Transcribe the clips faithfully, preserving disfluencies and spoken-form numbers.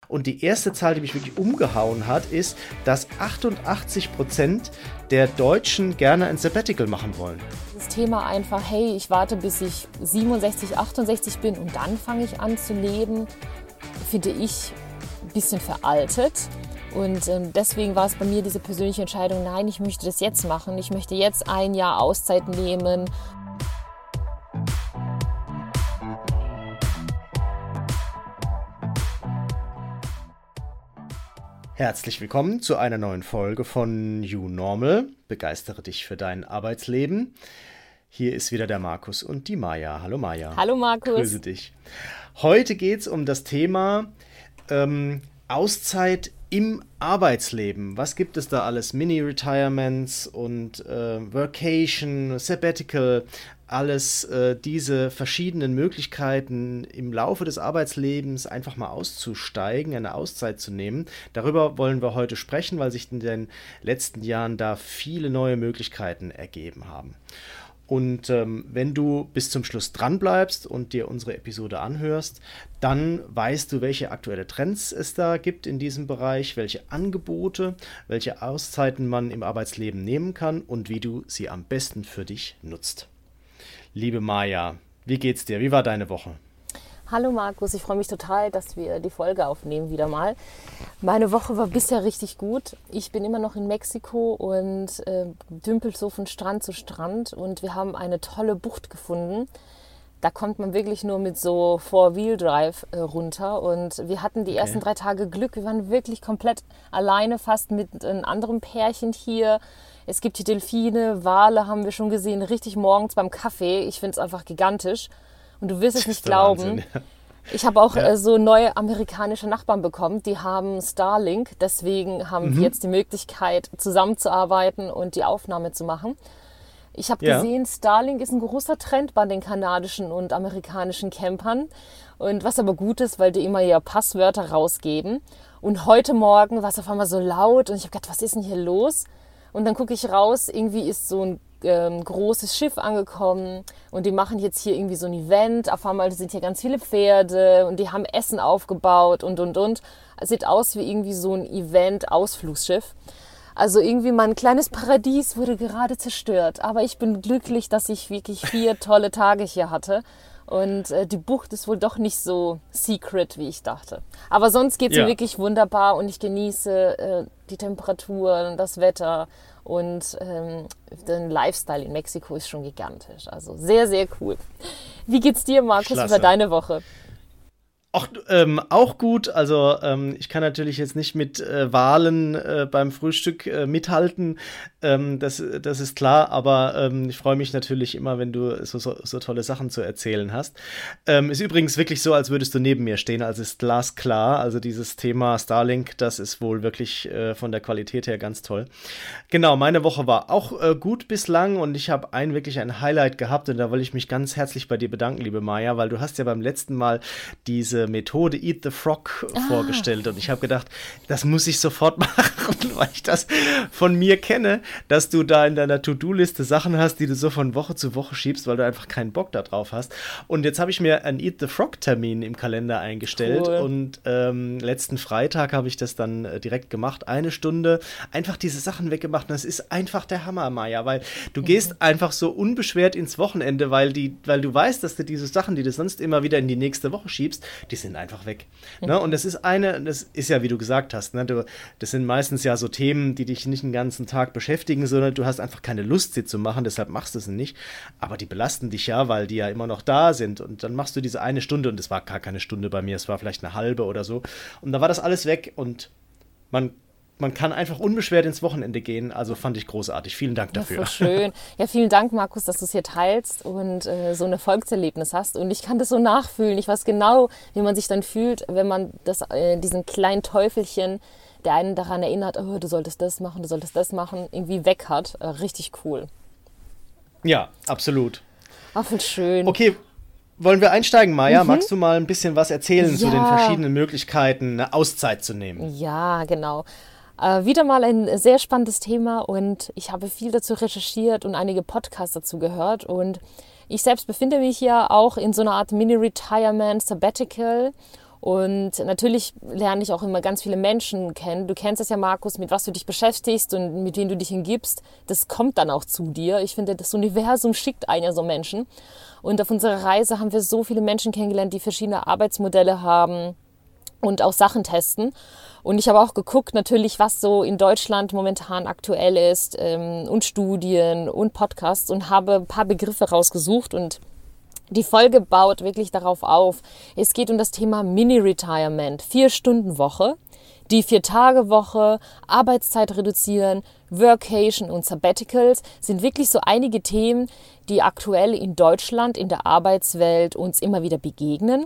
Und die erste Zahl, die mich wirklich umgehauen hat, ist, dass achtundachtzig Prozent der Deutschen gerne ein Sabbatical machen wollen. Das Thema einfach, hey, ich warte bis ich siebenundsechzig, achtundsechzig bin und dann fange ich an zu leben, finde ich ein bisschen veraltet. Und ähm, deswegen war es bei mir diese persönliche Entscheidung, nein, ich möchte das jetzt machen. Ich möchte jetzt ein Jahr Auszeit nehmen. Herzlich willkommen zu einer neuen Folge von You Normal. Begeistere dich für dein Arbeitsleben. Hier ist wieder der Markus und die Maja. Hallo Maja. Hallo Markus. Grüße dich. Heute geht es um das Thema ähm, Auszeit im Arbeitsleben. Was gibt es da alles? Mini-Retirements und äh, Workation, Sabbatical, alles äh, diese verschiedenen Möglichkeiten im Laufe des Arbeitslebens einfach mal auszusteigen, eine Auszeit zu nehmen. Darüber wollen wir heute sprechen, weil sich in den letzten Jahren da viele neue Möglichkeiten ergeben haben. Und ähm, wenn du bis zum Schluss dran bleibst und dir unsere Episode anhörst, dann weißt du, welche aktuelle Trends es da gibt in diesem Bereich, welche Angebote, welche Auszeiten man im Arbeitsleben nehmen kann und wie du sie am besten für dich nutzt. Liebe Maja, wie geht's dir? Wie war deine Woche? Hallo Markus, ich freue mich total, dass wir die Folge aufnehmen wieder mal. Meine Woche war bisher richtig gut. Ich bin immer noch in Mexiko und äh, dümpel so von Strand zu Strand und wir haben eine tolle Bucht gefunden. Da kommt man wirklich nur mit so Four-Wheel-Drive äh, runter und wir hatten die okay. ersten drei Tage Glück. Wir waren wirklich komplett alleine, fast mit einem anderen Pärchen hier. Es gibt die Delfine, Wale haben wir schon gesehen, richtig morgens beim Kaffee. Ich finde es einfach gigantisch. Und du wirst es nicht glauben. Wahnsinn, ja. Ich habe auch ja. äh, so neue amerikanische Nachbarn bekommen, die haben Starlink. Deswegen haben mhm. wir jetzt die Möglichkeit, zusammenzuarbeiten und die Aufnahme zu machen. Ich habe ja. gesehen, Starlink ist ein großer Trend bei den kanadischen und amerikanischen Campern. Und was aber gut ist, weil die immer ja Passwörter rausgeben. Und heute Morgen war es auf einmal so laut und ich habe gedacht, was ist denn hier los? Und dann gucke ich raus, irgendwie ist so ein ähm, großes Schiff angekommen und die machen jetzt hier irgendwie so ein Event. Auf einmal sind hier ganz viele Pferde und die haben Essen aufgebaut und, und, und. Es sieht aus wie irgendwie so ein Event-Ausflugsschiff. Also irgendwie mein kleines Paradies wurde gerade zerstört. Aber ich bin glücklich, dass ich wirklich vier tolle Tage hier hatte. Und äh, die Bucht ist wohl doch nicht so secret, wie ich dachte. Aber sonst geht es ja. mir wirklich wunderbar und ich genieße äh, die Temperaturen, das Wetter und ähm, den Lifestyle in Mexiko ist schon gigantisch. Also sehr, sehr cool. Wie geht's dir, Markus, Klasse. Über deine Woche? Auch, ähm, auch gut, also ähm, ich kann natürlich jetzt nicht mit äh, Walen äh, beim Frühstück äh, mithalten, ähm, das, das ist klar, aber ähm, ich freue mich natürlich immer, wenn du so, so, so tolle Sachen zu erzählen hast. Ähm, ist übrigens wirklich so, als würdest du neben mir stehen, also ist glasklar, also dieses Thema Starlink, das ist wohl wirklich äh, von der Qualität her ganz toll. Genau, meine Woche war auch äh, gut bislang und ich habe ein wirklich ein Highlight gehabt und da wollte ich mich ganz herzlich bei dir bedanken, liebe Maja, weil du hast ja beim letzten Mal diese Methode Eat the Frog ah. vorgestellt und ich habe gedacht, das muss ich sofort machen, weil ich das von mir kenne, dass du da in deiner To-Do-Liste Sachen hast, die du so von Woche zu Woche schiebst, weil du einfach keinen Bock da drauf hast. Und jetzt habe ich mir einen Eat the Frog-Termin im Kalender eingestellt cool. und ähm, letzten Freitag habe ich das dann äh, direkt gemacht, eine Stunde, einfach diese Sachen weggemacht und das ist einfach der Hammer, Maja, weil du mhm. gehst einfach so unbeschwert ins Wochenende, weil, die, weil du weißt, dass du diese Sachen, die du sonst immer wieder in die nächste Woche schiebst, die sind einfach weg. Mhm. Ne? Und das ist eine, das ist ja, wie du gesagt hast, ne? du, das sind meistens ja so Themen, die dich nicht den ganzen Tag beschäftigen, sondern du hast einfach keine Lust, sie zu machen, deshalb machst du es nicht. Aber die belasten dich ja, weil die ja immer noch da sind. Und dann machst du diese eine Stunde, und es war gar keine Stunde bei mir, es war vielleicht eine halbe oder so. Und da war das alles weg und man Man kann einfach unbeschwert ins Wochenende gehen. Also fand ich großartig. Vielen Dank dafür. Ja, voll schön. Ja, vielen Dank, Markus, dass du es hier teilst und äh, so ein Erfolgserlebnis hast. Und ich kann das so nachfühlen. Ich weiß genau, wie man sich dann fühlt, wenn man das, äh, diesen kleinen Teufelchen, der einen daran erinnert, oh, du solltest das machen, du solltest das machen, irgendwie weg hat. Äh, richtig cool. Ja, absolut. Ach, voll schön. Okay. Wollen wir einsteigen, Maja? Mhm. Magst du mal ein bisschen was erzählen ja. zu den verschiedenen Möglichkeiten, eine Auszeit zu nehmen? Ja, genau. Äh, wieder mal ein sehr spannendes Thema und ich habe viel dazu recherchiert und einige Podcasts dazu gehört und ich selbst befinde mich ja auch in so einer Art Mini-Retirement, Sabbatical Und natürlich lerne ich auch immer ganz viele Menschen kennen. Du kennst es ja, Markus, mit was du dich beschäftigst und mit wem du dich hingibst. Das kommt dann auch zu dir. Ich finde, das Universum schickt einen ja so Menschen. Und auf unserer Reise haben wir so viele Menschen kennengelernt, die verschiedene Arbeitsmodelle haben und auch Sachen testen. Und ich habe auch geguckt, natürlich, was so in Deutschland momentan aktuell ist ähm, und Studien und Podcasts und habe ein paar Begriffe rausgesucht und die Folge baut wirklich darauf auf. Es geht um das Thema Mini-Retirement, Vier-Stunden-Woche, die Vier-Tage-Woche, Arbeitszeit reduzieren, Workation und Sabbaticals sind wirklich so einige Themen, die aktuell in Deutschland, in der Arbeitswelt uns immer wieder begegnen.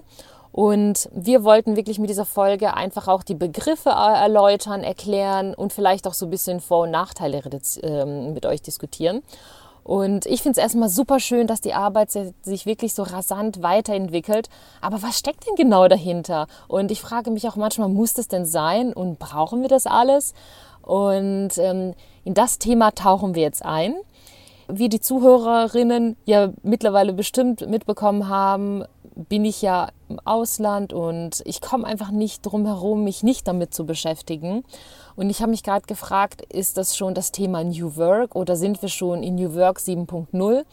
Und wir wollten wirklich mit dieser Folge einfach auch die Begriffe erläutern, erklären und vielleicht auch so ein bisschen Vor- und Nachteile mit euch diskutieren. Und ich finde es erstmal super schön, dass die Arbeit sich wirklich so rasant weiterentwickelt. Aber was steckt denn genau dahinter? Und ich frage mich auch manchmal, muss das denn sein? Und brauchen wir das alles? Und ähm, in das Thema tauchen wir jetzt ein. Wie die Zuhörerinnen ja mittlerweile bestimmt mitbekommen haben, bin ich ja im Ausland und ich komme einfach nicht drum herum, mich nicht damit zu beschäftigen. Und ich habe mich gerade gefragt, ist das schon das Thema New Work oder sind wir schon in New Work sieben Punkt null?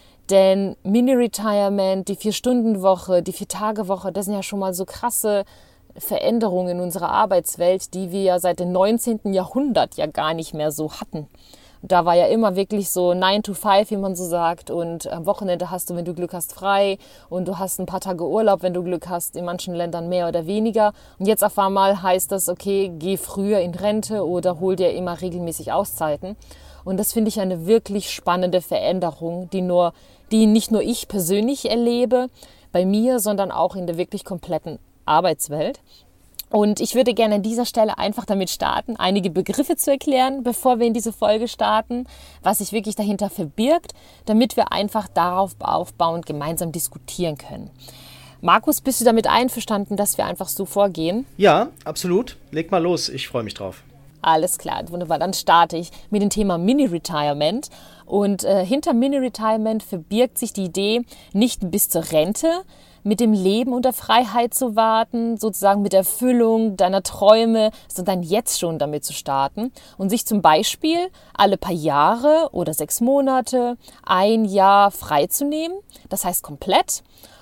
Denn Mini-Retirement, die Vier-Stunden-Woche, die Vier-Tage-Woche, das sind ja schon mal so krasse Veränderungen in unserer Arbeitswelt, die wir ja seit dem neunzehnten Jahrhundert ja gar nicht mehr so hatten. Da war ja immer wirklich so nine to five, wie man so sagt. Und am Wochenende hast du, wenn du Glück hast, frei. Und du hast ein paar Tage Urlaub, wenn du Glück hast. In manchen Ländern mehr oder weniger. Und jetzt auf einmal heißt das, okay, geh früher in Rente oder hol dir immer regelmäßig Auszeiten. Und das finde ich eine wirklich spannende Veränderung, die, nur, die nicht nur ich persönlich erlebe bei mir, sondern auch in der wirklich kompletten Arbeitswelt. Und ich würde gerne an dieser Stelle einfach damit starten, einige Begriffe zu erklären, bevor wir in diese Folge starten, was sich wirklich dahinter verbirgt, damit wir einfach darauf aufbauend gemeinsam diskutieren können. Markus, bist du damit einverstanden, dass wir einfach so vorgehen? Ja, absolut. Leg mal los, ich freue mich drauf. Alles klar, wunderbar. Dann starte ich mit dem Thema Mini-Retirement. Und äh, hinter Mini-Retirement verbirgt sich die Idee, nicht bis zur Rente mit dem Leben und der Freiheit zu warten, sozusagen mit der Erfüllung deiner Träume, sondern jetzt schon damit zu starten und sich zum Beispiel alle paar Jahre oder sechs Monate, ein Jahr freizunehmen, das heißt komplett.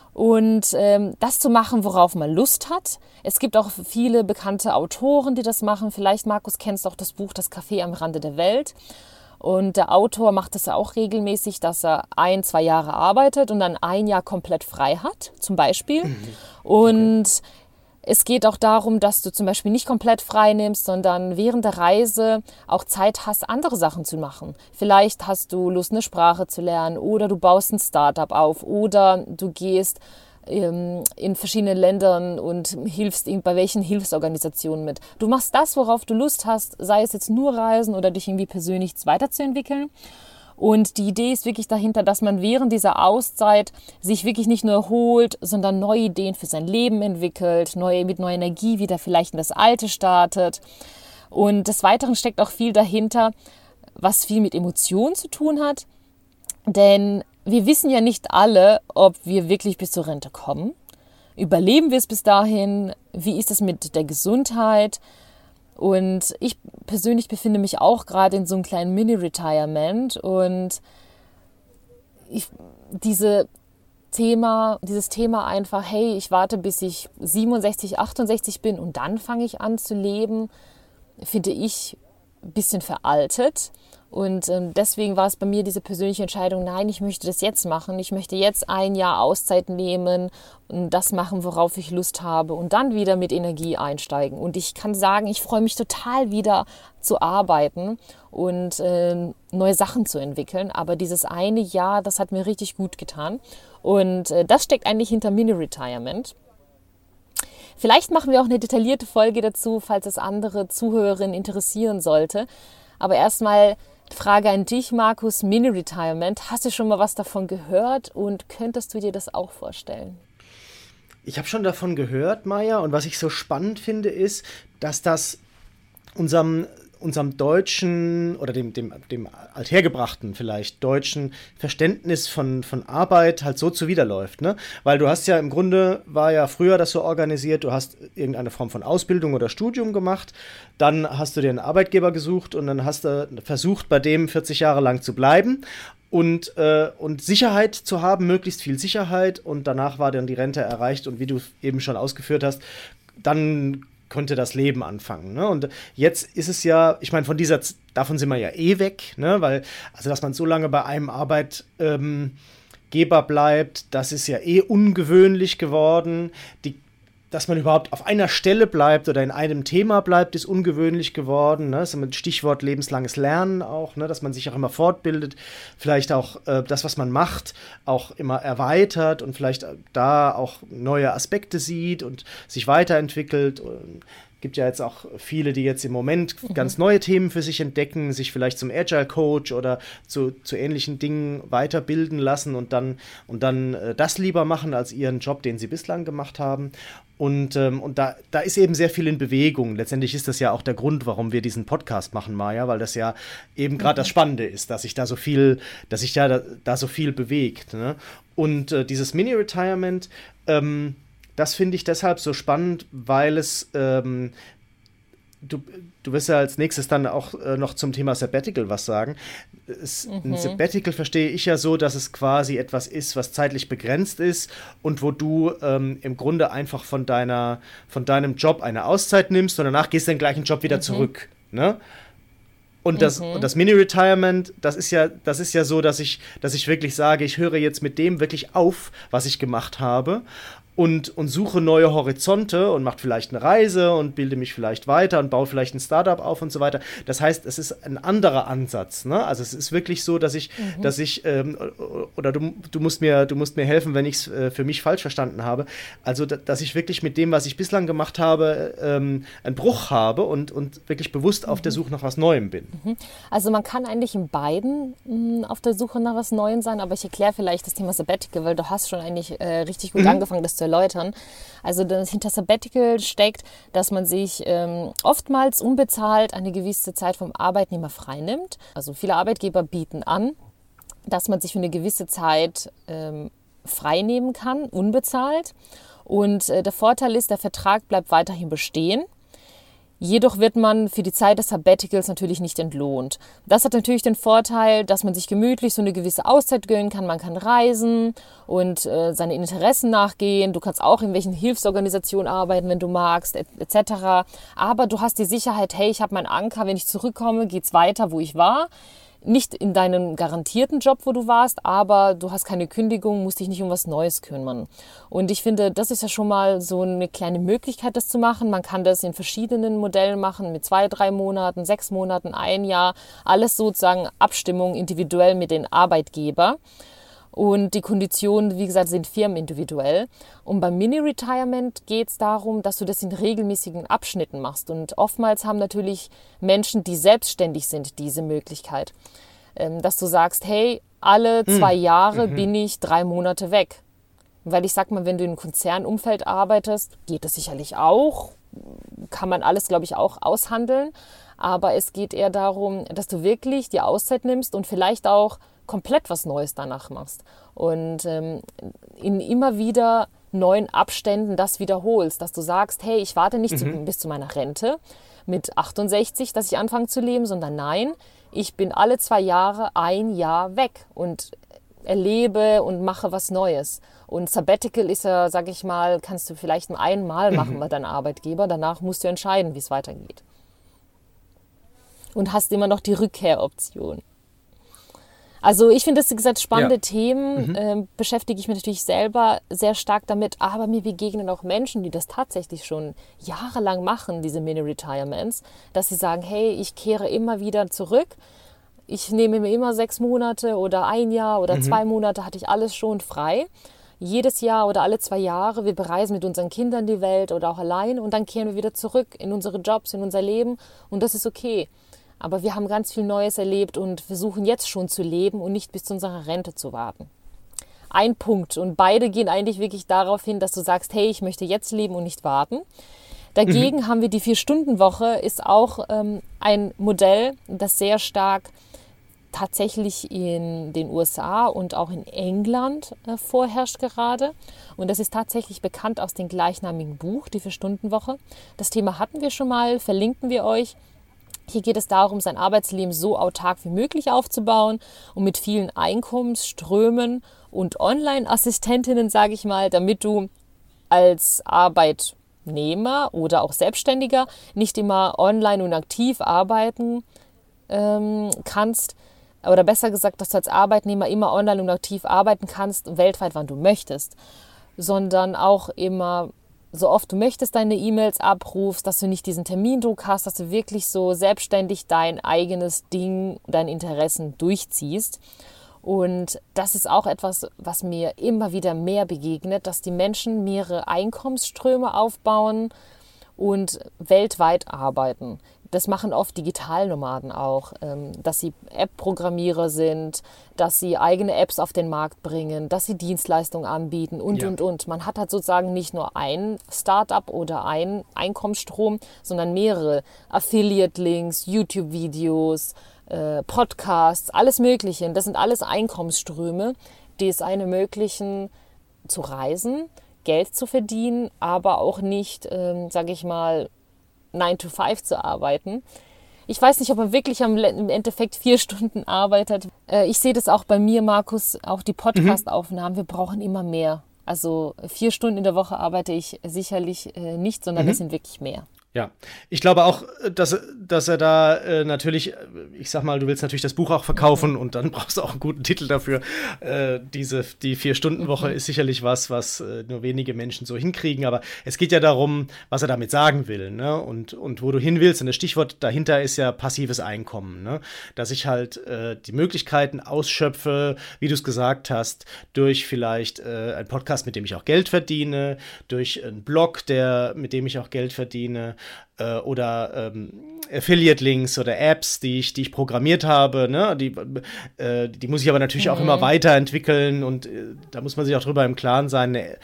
Und ähm, das zu machen, worauf man Lust hat. Es gibt auch viele bekannte Autoren, die das machen. Vielleicht, Markus, kennst du auch das Buch Das Café am Rande der Welt. Und der Autor macht das ja auch regelmäßig, dass er ein, zwei Jahre arbeitet und dann ein Jahr komplett frei hat, zum Beispiel. Mhm. Und okay. Es geht auch darum, dass du zum Beispiel nicht komplett frei nimmst, sondern während der Reise auch Zeit hast, andere Sachen zu machen. Vielleicht hast du Lust, eine Sprache zu lernen oder du baust ein Startup auf oder du gehst ähm, in verschiedene Ländern und hilfst bei welchen Hilfsorganisationen mit. Du machst das, worauf du Lust hast, sei es jetzt nur Reisen oder dich irgendwie persönlich weiterzuentwickeln. Und die Idee ist wirklich dahinter, dass man während dieser Auszeit sich wirklich nicht nur erholt, sondern neue Ideen für sein Leben entwickelt, neue, mit neuer Energie wieder vielleicht in das Alte startet. Und des Weiteren steckt auch viel dahinter, was viel mit Emotionen zu tun hat. Denn wir wissen ja nicht alle, ob wir wirklich bis zur Rente kommen. Überleben wir es bis dahin? Wie ist es mit der Gesundheit? Und ich persönlich befinde mich auch gerade in so einem kleinen Mini-Retirement und ich, diese Thema, dieses Thema einfach, hey, ich warte bis ich siebenundsechzig, achtundsechzig bin und dann fange ich an zu leben, finde ich ein bisschen veraltet. Und ähm, deswegen war es bei mir diese persönliche Entscheidung, nein, ich möchte das jetzt machen. Ich möchte jetzt ein Jahr Auszeit nehmen und das machen, worauf ich Lust habe und dann wieder mit Energie einsteigen. Und ich kann sagen, ich freue mich total wieder zu arbeiten und äh, neue Sachen zu entwickeln. Aber dieses eine Jahr, das hat mir richtig gut getan. Und äh, das steckt eigentlich hinter Mini-Retirement. Vielleicht machen wir auch eine detaillierte Folge dazu, falls es andere Zuhörerinnen interessieren sollte. Aber erstmal Frage an dich, Markus, Mini-Retirement. Hast du schon mal was davon gehört und könntest du dir das auch vorstellen? Ich habe schon davon gehört, Maja, und was ich so spannend finde, ist, dass das unserem, unserem deutschen oder dem, dem, dem althergebrachten vielleicht deutschen Verständnis von, von Arbeit halt so zuwiderläuft, ne? Weil du hast ja im Grunde, war ja früher das so organisiert, du hast irgendeine Form von Ausbildung oder Studium gemacht, dann hast du dir einen Arbeitgeber gesucht und dann hast du versucht, bei dem vierzig Jahre lang zu bleiben und, äh, und Sicherheit zu haben, möglichst viel Sicherheit, und danach war dann die Rente erreicht und wie du eben schon ausgeführt hast, dann konnte das Leben anfangen, ne? Und jetzt ist es ja, ich meine, von dieser, davon sind wir ja eh weg, ne? Weil, also dass man so lange bei einem Arbeitgeber ähm, bleibt, das ist ja eh ungewöhnlich geworden. Die, dass man überhaupt auf einer Stelle bleibt oder in einem Thema bleibt, ist ungewöhnlich geworden, ne? Das ist ein Stichwort lebenslanges Lernen auch, ne? Dass man sich auch immer fortbildet, vielleicht auch äh, das, was man macht, auch immer erweitert und vielleicht da auch neue Aspekte sieht und sich weiterentwickelt. Und gibt ja jetzt auch viele, die jetzt im Moment mhm. ganz neue Themen für sich entdecken, sich vielleicht zum Agile Coach oder zu, zu ähnlichen Dingen weiterbilden lassen und dann, und dann äh, das lieber machen als ihren Job, den sie bislang gemacht haben. Und, ähm, und da, da ist eben sehr viel in Bewegung. Letztendlich ist das ja auch der Grund, warum wir diesen Podcast machen, Maja, weil das ja eben gerade mhm. das Spannende ist, dass sich da so viel, dass sich da, da so viel bewegt, ne? Und äh, dieses Mini-Retirement, ähm, das finde ich deshalb so spannend, weil es, ähm, du, du wirst ja als nächstes dann auch äh, noch zum Thema Sabbatical was sagen. Es, mhm. Ein Sabbatical verstehe ich ja so, dass es quasi etwas ist, was zeitlich begrenzt ist und wo du ähm, im Grunde einfach von deiner, von deinem Job eine Auszeit nimmst und danach gehst du den gleichen Job wieder mhm. zurück, ne? Und das, mhm. und das Mini-Retirement, das ist ja, das ist ja so, dass ich, dass ich wirklich sage, ich höre jetzt mit dem wirklich auf, was ich gemacht habe. Und, und suche neue Horizonte und mache vielleicht eine Reise und bilde mich vielleicht weiter und baue vielleicht ein Startup auf und so weiter. Das heißt, es ist ein anderer Ansatz, ne? Also es ist wirklich so, dass ich, mhm. dass ich, ähm, oder du, du, musst mir, du musst mir helfen, wenn ich es äh, für mich falsch verstanden habe. Also, da, dass ich wirklich mit dem, was ich bislang gemacht habe, ähm, einen Bruch habe und, und wirklich bewusst mhm. auf der Suche nach was Neuem bin. Mhm. Also man kann eigentlich in beiden mh, auf der Suche nach was Neuem sein, aber ich erkläre vielleicht das Thema Sabbatical, weil du hast schon eigentlich äh, richtig gut mhm. angefangen, das zu erläutern. Also das hinter Sabbatical steckt, dass man sich ähm, oftmals unbezahlt eine gewisse Zeit vom Arbeitnehmer freinimmt. Also viele Arbeitgeber bieten an, dass man sich für eine gewisse Zeit ähm, freinehmen kann, unbezahlt. Und äh, der Vorteil ist, der Vertrag bleibt weiterhin bestehen. Jedoch wird man für die Zeit des Sabbaticals natürlich nicht entlohnt. Das hat natürlich den Vorteil, dass man sich gemütlich so eine gewisse Auszeit gönnen kann. Man kann reisen und äh, seine Interessen nachgehen. Du kannst auch in welchen Hilfsorganisationen arbeiten, wenn du magst, et cetera. Aber du hast die Sicherheit, hey, ich habe meinen Anker, wenn ich zurückkomme, geht's weiter, wo ich war. Nicht in deinem garantierten Job, wo du warst, aber du hast keine Kündigung, musst dich nicht um was Neues kümmern. Und ich finde, das ist ja schon mal so eine kleine Möglichkeit, das zu machen. Man kann das in verschiedenen Modellen machen, mit zwei, drei Monaten, sechs Monaten, ein Jahr. Alles sozusagen Abstimmung individuell mit den Arbeitgeber. Und die Konditionen, wie gesagt, sind firmenindividuell. Und beim Mini-Retirement geht es darum, dass du das in regelmäßigen Abschnitten machst. Und oftmals haben natürlich Menschen, die selbstständig sind, diese Möglichkeit. Ähm, dass du sagst, hey, alle zwei Jahre mhm. bin ich drei Monate weg. Weil ich sag mal, wenn du im Konzernumfeld arbeitest, geht das sicherlich auch. Kann man alles, glaube ich, auch aushandeln. Aber es geht eher darum, dass du wirklich die Auszeit nimmst und vielleicht auch komplett was Neues danach machst und ähm, in immer wieder neuen Abständen das wiederholst, dass du sagst, hey, ich warte nicht mhm. zu, bis zu meiner Rente mit achtundsechzig, dass ich anfange zu leben, sondern nein, ich bin alle zwei Jahre ein Jahr weg und erlebe und mache was Neues. Und Sabbatical ist ja, sag ich mal, kannst du vielleicht nur einmal machen mhm. bei deinem Arbeitgeber, danach musst du entscheiden, wie es weitergeht. Und hast immer noch die Rückkehroption. Also ich finde, das sind gesagt spannende ja. Themen, mhm. äh, beschäftige ich mich natürlich selber sehr stark damit, aber mir begegnen auch Menschen, die das tatsächlich schon jahrelang machen, diese Mini-Retirements, dass sie sagen, hey, ich kehre immer wieder zurück, ich nehme mir immer sechs Monate oder ein Jahr oder mhm. zwei Monate, hatte ich alles schon frei. Jedes Jahr oder alle zwei Jahre, wir bereisen mit unseren Kindern die Welt oder auch allein und dann kehren wir wieder zurück in unsere Jobs, in unser Leben und das ist okay. Aber wir haben ganz viel Neues erlebt und versuchen jetzt schon zu leben und nicht bis zu unserer Rente zu warten. Ein Punkt und beide gehen eigentlich wirklich darauf hin, dass du sagst, hey, ich möchte jetzt leben und nicht warten. Dagegen mhm. haben wir die Vier-Stunden-Woche, ist auch ähm, ein Modell, das sehr stark tatsächlich in den U S A und auch in England äh, vorherrscht gerade. Und das ist tatsächlich bekannt aus dem gleichnamigen Buch, die Vier-Stunden-Woche. Das Thema hatten wir schon mal, verlinken wir euch. Hier geht es darum, sein Arbeitsleben so autark wie möglich aufzubauen und mit vielen Einkommensströmen und Online-Assistentinnen, sage ich mal, damit du als Arbeitnehmer oder auch Selbstständiger nicht immer online und aktiv arbeiten ähm, kannst, oder besser gesagt, dass du als Arbeitnehmer immer online und aktiv arbeiten kannst, weltweit, wann du möchtest, sondern auch immer so oft du möchtest deine E-Mails abrufst, dass du nicht diesen Termindruck hast, dass du wirklich so selbstständig dein eigenes Ding, deine Interessen durchziehst. Und das ist auch etwas, was mir immer wieder mehr begegnet, dass die Menschen mehrere Einkommensströme aufbauen und weltweit arbeiten. Das machen oft Digitalnomaden auch, dass sie App-Programmierer sind, dass sie eigene Apps auf den Markt bringen, dass sie Dienstleistungen anbieten und, ja. und, und. Man hat halt sozusagen nicht nur ein Startup oder ein Einkommensstrom, sondern mehrere Affiliate-Links, YouTube-Videos, Podcasts, alles Mögliche. Das sind alles Einkommensströme, die es einem ermöglichen, zu reisen, Geld zu verdienen, aber auch nicht, ähm, sage ich mal, nine to five zu arbeiten. Ich weiß nicht, ob man wirklich am, im Endeffekt vier Stunden arbeitet. Äh, ich sehe das auch bei mir, Markus, auch die Podcast-Aufnahmen. Mhm. Wir brauchen immer mehr. Also vier Stunden in der Woche arbeite ich sicherlich äh, nicht, sondern mhm. das sind wirklich mehr. Ja, ich glaube auch, dass, dass er da äh, natürlich, ich sag mal, du willst natürlich das Buch auch verkaufen mhm. und dann brauchst du auch einen guten Titel dafür. Äh, diese, die Vier-Stunden-Woche mhm. ist sicherlich was, was äh, nur wenige Menschen so hinkriegen, aber es geht ja darum, was er damit sagen will, ne? Und, und wo du hin willst. Und das Stichwort dahinter ist ja passives Einkommen, ne? Dass ich halt äh, die Möglichkeiten ausschöpfe, wie du es gesagt hast, durch vielleicht äh, einen Podcast, mit dem ich auch Geld verdiene, durch einen Blog, der, mit dem ich auch Geld verdiene, oder ähm, Affiliate-Links oder Apps, die ich, die ich programmiert habe, ne? die, äh, die muss ich aber natürlich mhm. auch immer weiterentwickeln und äh, da muss man sich auch drüber im Klaren sein, äh,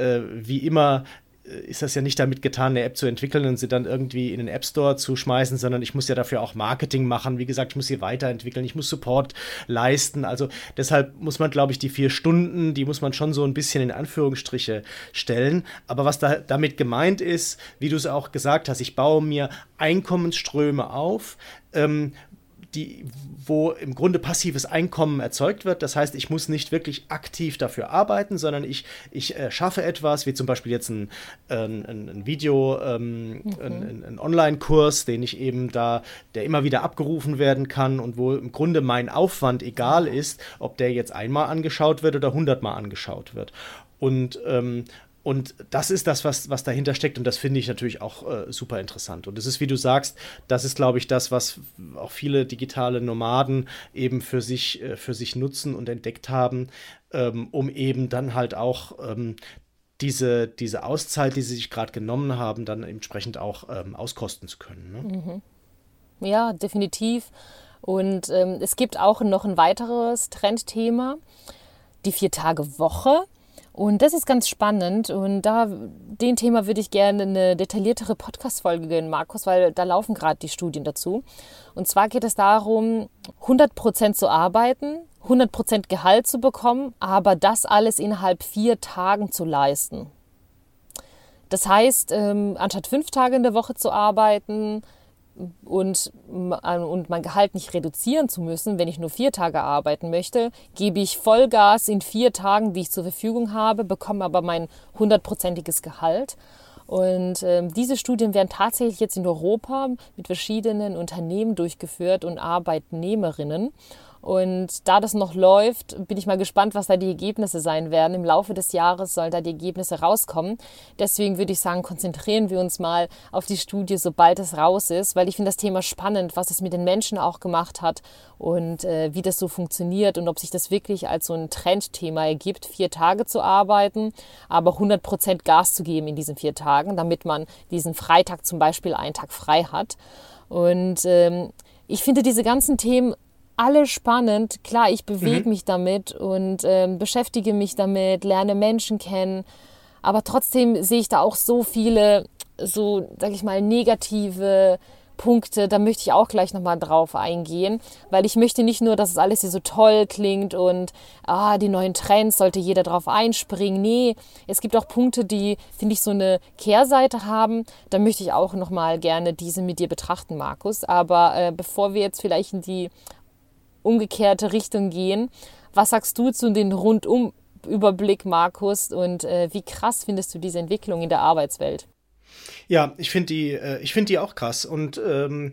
wie immer ist das ja nicht damit getan, eine App zu entwickeln und sie dann irgendwie in den App Store zu schmeißen, sondern ich muss ja dafür auch Marketing machen. Wie gesagt, ich muss sie weiterentwickeln, ich muss Support leisten. Also deshalb muss man, glaube ich, die vier Stunden, die muss man schon so ein bisschen in Anführungsstriche stellen. Aber was da damit gemeint ist, wie du es auch gesagt hast, ich baue mir Einkommensströme auf, ähm, die, wo im Grunde passives Einkommen erzeugt wird. Das heißt, ich muss nicht wirklich aktiv dafür arbeiten, sondern ich, ich äh, schaffe etwas, wie zum Beispiel jetzt ein, ein, ein Video, ähm, mhm. ein, ein Online-Kurs, den ich eben da, der immer wieder abgerufen werden kann und wo im Grunde mein Aufwand egal ist, ob der jetzt einmal angeschaut wird oder hundertmal angeschaut wird. Und ähm, Und das ist das, was, was dahinter steckt und das finde ich natürlich auch äh, super interessant. Und das ist, wie du sagst, das ist, glaube ich, das, was auch viele digitale Nomaden eben für sich, äh, für sich nutzen und entdeckt haben, ähm, um eben dann halt auch ähm, diese, diese Auszeit, die sie sich gerade genommen haben, dann entsprechend auch ähm, auskosten zu können. Ne? Mhm. Ja, definitiv. Und ähm, es gibt auch noch ein weiteres Trendthema, die Vier-Tage-Woche. Und das ist ganz spannend und da, dem Thema würde ich gerne eine detailliertere Podcast-Folge geben, Markus, weil da laufen gerade die Studien dazu. Und zwar geht es darum, hundert Prozent zu arbeiten, hundert Prozent Gehalt zu bekommen, aber das alles innerhalb vier Tagen zu leisten. Das heißt, ähm, anstatt fünf Tage in der Woche zu arbeiten, Und, und mein Gehalt nicht reduzieren zu müssen, wenn ich nur vier Tage arbeiten möchte, gebe ich Vollgas in vier Tagen, die ich zur Verfügung habe, bekomme aber mein hundertprozentiges Gehalt. Und äh, diese Studien werden tatsächlich jetzt in Europa mit verschiedenen Unternehmen durchgeführt und Arbeitnehmerinnen. Und da das noch läuft, bin ich mal gespannt, was da die Ergebnisse sein werden. Im Laufe des Jahres sollen da die Ergebnisse rauskommen. Deswegen würde ich sagen, konzentrieren wir uns mal auf die Studie, sobald es raus ist, weil ich finde das Thema spannend, was es mit den Menschen auch gemacht hat und äh, wie das so funktioniert und ob sich das wirklich als so ein Trendthema ergibt, vier Tage zu arbeiten, aber hundert Prozent Gas zu geben in diesen vier Tagen, damit man diesen Freitag zum Beispiel einen Tag frei hat. Und ähm, ich finde diese ganzen Themen alle spannend. Klar, ich bewege mhm. mich damit und ähm, beschäftige mich damit, lerne Menschen kennen. Aber trotzdem sehe ich da auch so viele so, sag ich mal, negative Punkte, da möchte ich auch gleich nochmal drauf eingehen, weil ich möchte nicht nur, dass es alles hier so toll klingt und ah, die neuen Trends, sollte jeder drauf einspringen. Nee, es gibt auch Punkte, die, finde ich, so eine Kehrseite haben. Da möchte ich auch nochmal gerne diese mit dir betrachten, Markus. Aber äh, bevor wir jetzt vielleicht in die umgekehrte Richtung gehen, was sagst du zu den Rundum-Überblick, Markus, und äh, wie krass findest du diese Entwicklung in der Arbeitswelt? Ja, ich finde die, äh, ich finde die auch krass. Und ähm,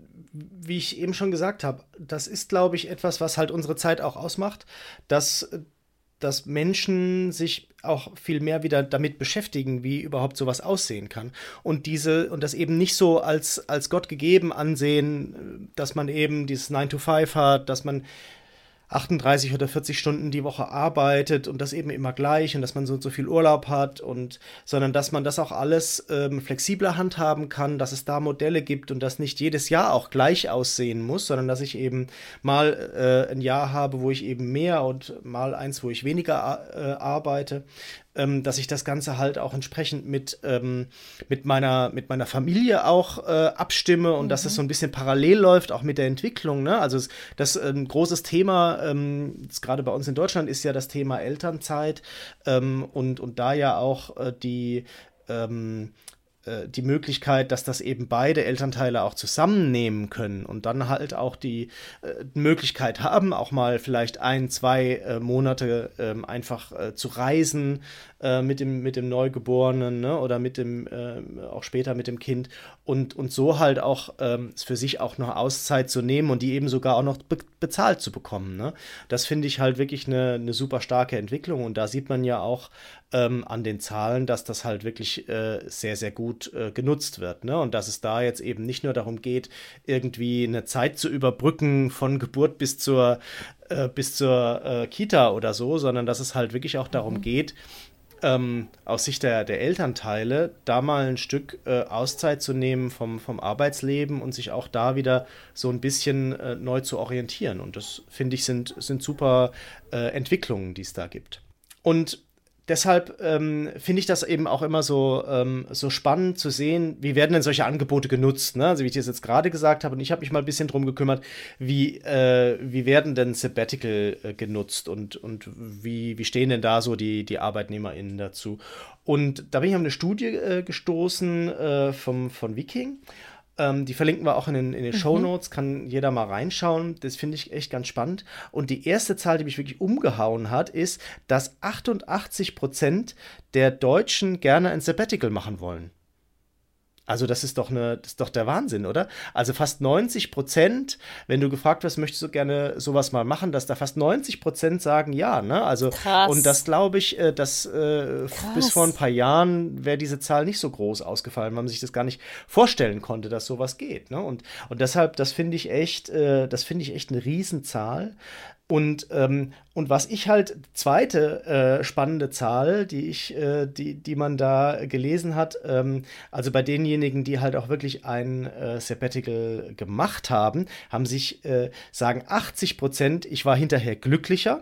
wie ich eben schon gesagt habe, das ist, glaube ich, etwas, was halt unsere Zeit auch ausmacht, dass, dass Menschen sich auch viel mehr wieder damit beschäftigen, wie überhaupt sowas aussehen kann. Und diese, und das eben nicht so als, als Gott gegeben ansehen, dass man eben dieses nine to five hat, dass man achtunddreißig oder vierzig Stunden die Woche arbeitet und das eben immer gleich und dass man so und so viel Urlaub hat und sondern dass man das auch alles ähm, flexibler handhaben kann, dass es da Modelle gibt und dass nicht jedes Jahr auch gleich aussehen muss, sondern dass ich eben mal äh, ein Jahr habe, wo ich eben mehr und mal eins, wo ich weniger äh, arbeite. Ähm, dass ich das Ganze halt auch entsprechend mit, ähm, mit, meiner, mit meiner Familie auch äh, abstimme und mhm. dass es so ein bisschen parallel läuft, auch mit der Entwicklung. Ne? Also es, das ein ähm, großes Thema, ähm, gerade bei uns in Deutschland, ist ja das Thema Elternzeit ähm, und, und da ja auch äh, die ähm, die Möglichkeit, dass das eben beide Elternteile auch zusammennehmen können und dann halt auch die äh, Möglichkeit haben, auch mal vielleicht ein, zwei äh, Monate äh, einfach äh, zu reisen äh, mit dem, mit dem Neugeborenen, ne? Oder mit dem, äh, auch später mit dem Kind und, und so halt auch ähm, für sich auch noch Auszeit zu nehmen und die eben sogar auch noch be- bezahlt zu bekommen. Ne? Das finde ich halt wirklich eine, eine super starke Entwicklung und da sieht man ja auch ähm, an den Zahlen, dass das halt wirklich äh, sehr, sehr gut äh, genutzt wird. Ne? Und dass es da jetzt eben nicht nur darum geht, irgendwie eine Zeit zu überbrücken von Geburt bis zur, äh, bis zur äh, Kita oder so, sondern dass es halt wirklich auch darum mhm. geht, ähm, aus Sicht der, der Elternteile da mal ein Stück äh, Auszeit zu nehmen vom, vom Arbeitsleben und sich auch da wieder so ein bisschen äh, neu zu orientieren. Und das, finde ich, sind, sind super äh, Entwicklungen, die es da gibt. Und deshalb ähm, finde ich das eben auch immer so, ähm, so spannend zu sehen, wie werden denn solche Angebote genutzt, ne? Also wie ich das jetzt gerade gesagt habe und ich habe mich mal ein bisschen drum gekümmert, wie, äh, wie werden denn Sabbatical äh, genutzt und, und wie, wie stehen denn da so die, die ArbeitnehmerInnen dazu? Und da bin ich auf eine Studie äh, gestoßen äh, vom, von Viking. Ähm, die verlinken wir auch in den, in den mhm. Shownotes, kann jeder mal reinschauen. Das finde ich echt ganz spannend. Und die erste Zahl, die mich wirklich umgehauen hat, ist, dass achtundachtzig Prozent der Deutschen gerne ein Sabbatical machen wollen. Also das ist doch eine, das ist doch der Wahnsinn, oder? Also fast neunzig Prozent, wenn du gefragt wirst, möchtest du gerne sowas mal machen, dass da fast neunzig Prozent sagen ja, ne? Also krass. Und das glaube ich, äh, dass äh, bis vor ein paar Jahren wäre diese Zahl nicht so groß ausgefallen, weil man sich das gar nicht vorstellen konnte, dass sowas geht, ne? Und, und deshalb, das finde ich echt, äh, das finde ich echt eine Riesenzahl. Und, ähm, und was ich halt, zweite äh, spannende Zahl, die ich, äh, die, die man da gelesen hat, ähm, also bei denjenigen, die halt auch wirklich ein äh, Sabbatical gemacht haben, haben sich, äh, sagen achtzig Prozent, ich war hinterher glücklicher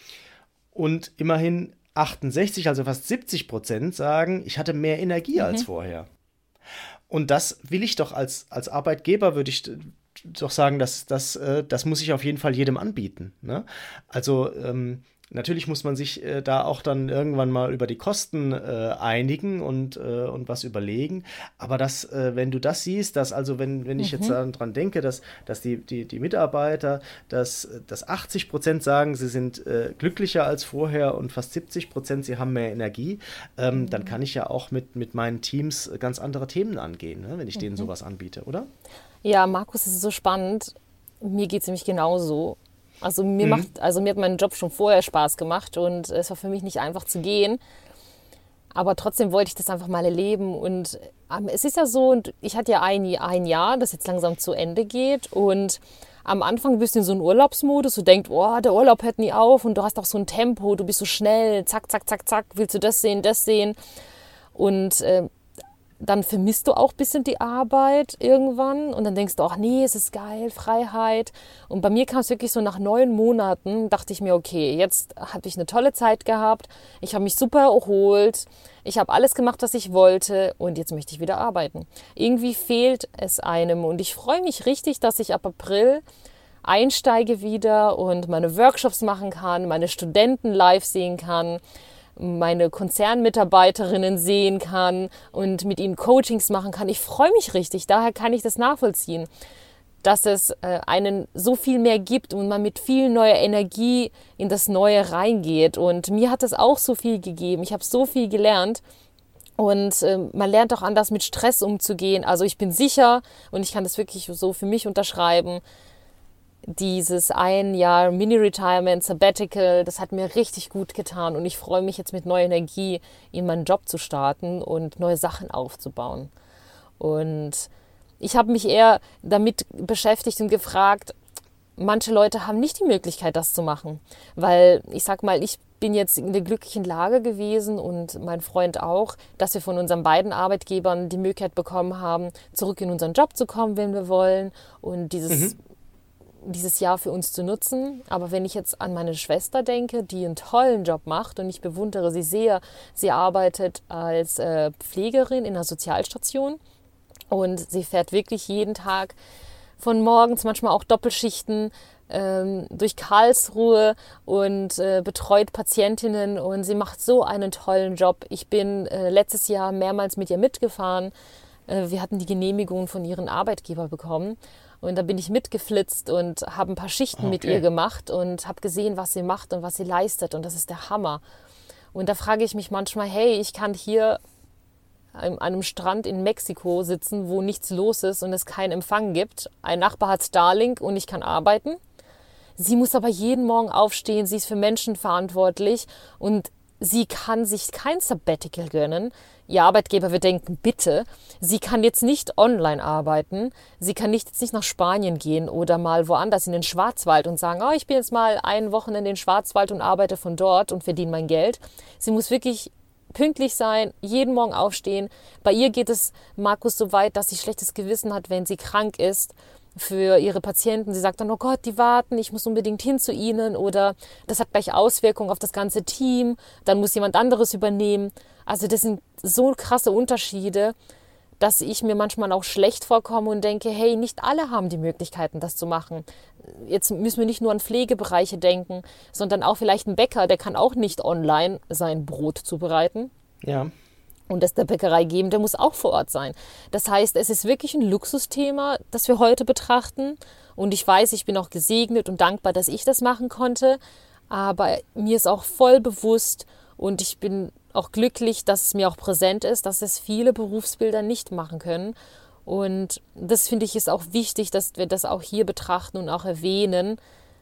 und immerhin achtundsechzig, also fast siebzig Prozent sagen, ich hatte mehr Energie mhm. als vorher. Und das will ich doch als, als Arbeitgeber, würde ich doch sagen, dass das, äh, das muss ich auf jeden Fall jedem anbieten. Ne? Also ähm, natürlich muss man sich äh, da auch dann irgendwann mal über die Kosten äh, einigen und, äh, und was überlegen. Aber das, äh, wenn du das siehst, dass also wenn, wenn ich mhm. jetzt daran denke, dass, dass die, die, die Mitarbeiter, dass, dass achtzig Prozent sagen, sie sind äh, glücklicher als vorher und fast siebzig Prozent, sie haben mehr Energie, ähm, mhm. dann kann ich ja auch mit, mit meinen Teams ganz andere Themen angehen, ne? Wenn ich mhm. denen sowas anbiete, oder? Ja, Markus, das ist so spannend. Mir geht es nämlich genauso. Also mir, mhm. macht, also mir hat mein Job schon vorher Spaß gemacht und es war für mich nicht einfach zu gehen. Aber trotzdem wollte ich das einfach mal erleben. Und ähm, es ist ja so, und ich hatte ja ein, ein Jahr, das jetzt langsam zu Ende geht. Und am Anfang bist du in so einem Urlaubsmodus. Du denkst, oh, der Urlaub hört nie auf. Und du hast auch so ein Tempo, du bist so schnell. Zack, zack, zack, zack. Willst du das sehen, das sehen. Und äh, dann vermisst du auch ein bisschen die Arbeit irgendwann und dann denkst du auch, nee, es ist geil, Freiheit. Und bei mir kam es wirklich so nach neun Monaten, dachte ich mir, okay, jetzt habe ich eine tolle Zeit gehabt, ich habe mich super erholt, ich habe alles gemacht, was ich wollte und jetzt möchte ich wieder arbeiten. Irgendwie fehlt es einem und ich freue mich richtig, dass ich ab April einsteige wieder und meine Workshops machen kann, meine Studenten live sehen kann, meine Konzernmitarbeiterinnen sehen kann und mit ihnen Coachings machen kann. Ich freue mich richtig, daher kann ich das nachvollziehen, dass es äh, einen so viel mehr gibt und man mit viel neuer Energie in das Neue reingeht. Und mir hat es auch so viel gegeben. Ich habe so viel gelernt und äh, man lernt auch anders mit Stress umzugehen. Also ich bin sicher und ich kann das wirklich so für mich unterschreiben, dieses ein Jahr Mini-Retirement, Sabbatical, das hat mir richtig gut getan und ich freue mich jetzt mit neuer Energie in meinen Job zu starten und neue Sachen aufzubauen. Und ich habe mich eher damit beschäftigt und gefragt, manche Leute haben nicht die Möglichkeit, das zu machen, weil ich sag mal, ich bin jetzt in der glücklichen Lage gewesen und mein Freund auch, dass wir von unseren beiden Arbeitgebern die Möglichkeit bekommen haben, zurück in unseren Job zu kommen, wenn wir wollen und dieses mhm. dieses Jahr für uns zu nutzen. Aber wenn ich jetzt an meine Schwester denke, die einen tollen Job macht und ich bewundere sie sehr, sie arbeitet als äh, Pflegerin in einer Sozialstation und sie fährt wirklich jeden Tag von morgens, manchmal auch Doppelschichten ähm, durch Karlsruhe und äh, betreut Patientinnen und sie macht so einen tollen Job. Ich bin äh, letztes Jahr mehrmals mit ihr mitgefahren. Äh, wir hatten die Genehmigung von ihrem Arbeitgeber bekommen. Und da bin ich mitgeflitzt und habe ein paar Schichten okay. mit ihr gemacht und habe gesehen, was sie macht und was sie leistet. Und das ist der Hammer. Und da frage ich mich manchmal, hey, ich kann hier an einem Strand in Mexiko sitzen, wo nichts los ist und es keinen Empfang gibt. Ein Nachbar hat Starlink und ich kann arbeiten. Sie muss aber jeden Morgen aufstehen, sie ist für Menschen verantwortlich und sie kann sich kein Sabbatical gönnen. Ihr Arbeitgeber wird denken, bitte, sie kann jetzt nicht online arbeiten, sie kann nicht, jetzt nicht nach Spanien gehen oder mal woanders in den Schwarzwald und sagen, oh, ich bin jetzt mal ein Wochenende in den Schwarzwald und arbeite von dort und verdiene mein Geld. Sie muss wirklich pünktlich sein, jeden Morgen aufstehen. Bei ihr geht es, Markus, so weit, dass sie schlechtes Gewissen hat, wenn sie krank ist für ihre Patienten. Sie sagt dann, oh Gott, die warten, ich muss unbedingt hin zu ihnen oder das hat gleich Auswirkungen auf das ganze Team, dann muss jemand anderes übernehmen. Also das sind so krasse Unterschiede, dass ich mir manchmal auch schlecht vorkomme und denke, hey, nicht alle haben die Möglichkeiten, das zu machen. Jetzt müssen wir nicht nur an Pflegebereiche denken, sondern auch vielleicht ein Bäcker, der kann auch nicht online sein Brot zubereiten. Ja. Und es der Bäckerei geben, der muss auch vor Ort sein. Das heißt, es ist wirklich ein Luxusthema, das wir heute betrachten. Und ich weiß, ich bin auch gesegnet und dankbar, dass ich das machen konnte. Aber mir ist auch voll bewusst und ich bin auch glücklich, dass es mir auch präsent ist, dass es viele Berufsbilder nicht machen können. Und das finde ich ist auch wichtig, dass wir das auch hier betrachten und auch erwähnen,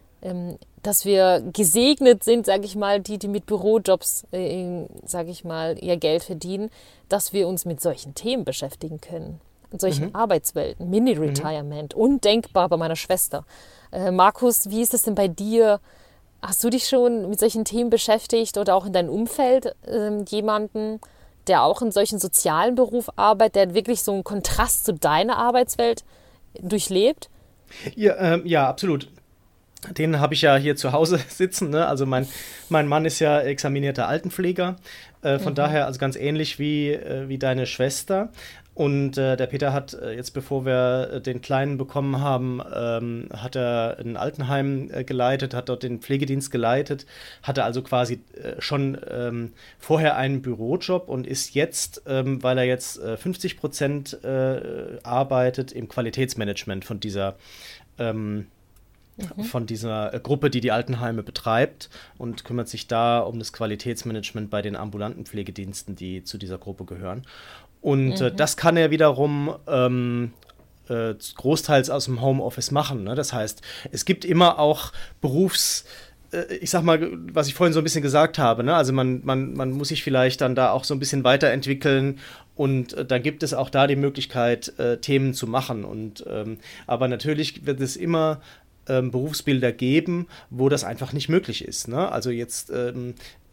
dass wir gesegnet sind, sage ich mal, die, die mit Bürojobs, äh, sage ich mal, ihr Geld verdienen, dass wir uns mit solchen Themen beschäftigen können. In solchen mhm. Arbeitswelten, Mini-Retirement, mhm. undenkbar bei meiner Schwester. Äh, Markus, wie ist es denn bei dir? Hast du dich schon mit solchen Themen beschäftigt oder auch in deinem Umfeld äh, jemanden, der auch in solchen sozialen Beruf arbeitet, der wirklich so einen Kontrast zu deiner Arbeitswelt durchlebt? Ja, ähm, ja, absolut. Den habe ich ja hier zu Hause sitzen. Ne? Also mein, mein Mann ist ja examinierter Altenpfleger. Äh, von mhm. daher also ganz ähnlich wie, äh, wie deine Schwester. Und äh, der Peter hat äh, jetzt, bevor wir äh, den Kleinen bekommen haben, ähm, hat er ein Altenheim äh, geleitet, hat dort den Pflegedienst geleitet, hatte also quasi äh, schon ähm, vorher einen Bürojob und ist jetzt, ähm, weil er jetzt äh, fünfzig Prozent äh, arbeitet, im Qualitätsmanagement von dieser ähm, Mhm. von dieser Gruppe, die die Altenheime betreibt und kümmert sich da um das Qualitätsmanagement bei den ambulanten Pflegediensten, die zu dieser Gruppe gehören. Und mhm. äh, das kann er wiederum ähm, äh, großteils aus dem Homeoffice machen. Ne? Das heißt, es gibt immer auch Berufs- ich sag mal, was ich vorhin so ein bisschen gesagt habe, ne? Also man, man, man muss sich vielleicht dann da auch so ein bisschen weiterentwickeln und äh, dann gibt es auch da die Möglichkeit, äh, Themen zu machen. Und ähm, aber natürlich wird es immer ähm, Berufsbilder geben, wo das einfach nicht möglich ist. Ne? Also jetzt ähm,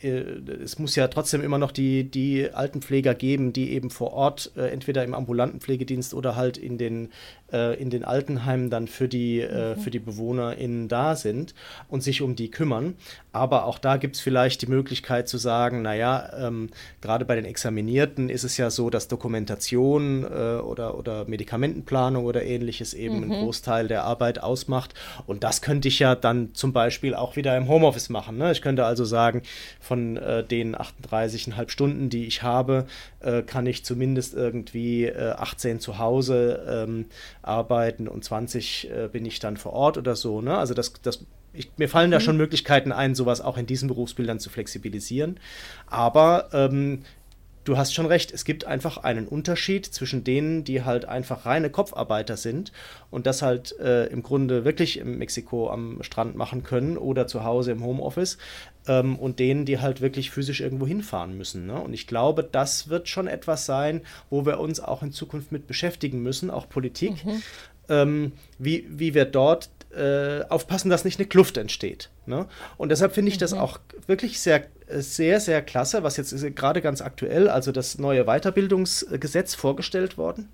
es muss ja trotzdem immer noch die, die Altenpfleger geben, die eben vor Ort äh, entweder im ambulanten Pflegedienst oder halt in den, äh, in den Altenheimen dann für die, äh, für die BewohnerInnen da sind und sich um die kümmern. Aber auch da gibt es vielleicht die Möglichkeit zu sagen, naja, ähm, gerade bei den Examinierten ist es ja so, dass Dokumentation äh, oder, oder Medikamentenplanung oder ähnliches eben mhm. einen Großteil der Arbeit ausmacht. Und das könnte ich ja dann zum Beispiel auch wieder im Homeoffice machen. Ne? Ich könnte also sagen, von äh, den achtunddreißig Komma fünf Stunden, die ich habe, äh, kann ich zumindest irgendwie äh, achtzehn zu Hause ähm, arbeiten und zwanzig äh, bin ich dann vor Ort oder so. Ne? Also das, das Ich, mir fallen da schon Möglichkeiten ein, sowas auch in diesen Berufsbildern zu flexibilisieren. Aber ähm, du hast schon recht, es gibt einfach einen Unterschied zwischen denen, die halt einfach reine Kopfarbeiter sind und das halt äh, im Grunde wirklich in Mexiko am Strand machen können oder zu Hause im Homeoffice ähm, und denen, die halt wirklich physisch irgendwo hinfahren müssen. Ne? Und ich glaube, das wird schon etwas sein, wo wir uns auch in Zukunft mit beschäftigen müssen, auch Politik, mhm. ähm, wie, wie wir dort Äh, aufpassen, dass nicht eine Kluft entsteht. Ne? Und deshalb finde ich das mhm. auch wirklich sehr, sehr, sehr klasse, was jetzt gerade ganz aktuell, also das neue Weiterbildungsgesetz vorgestellt worden.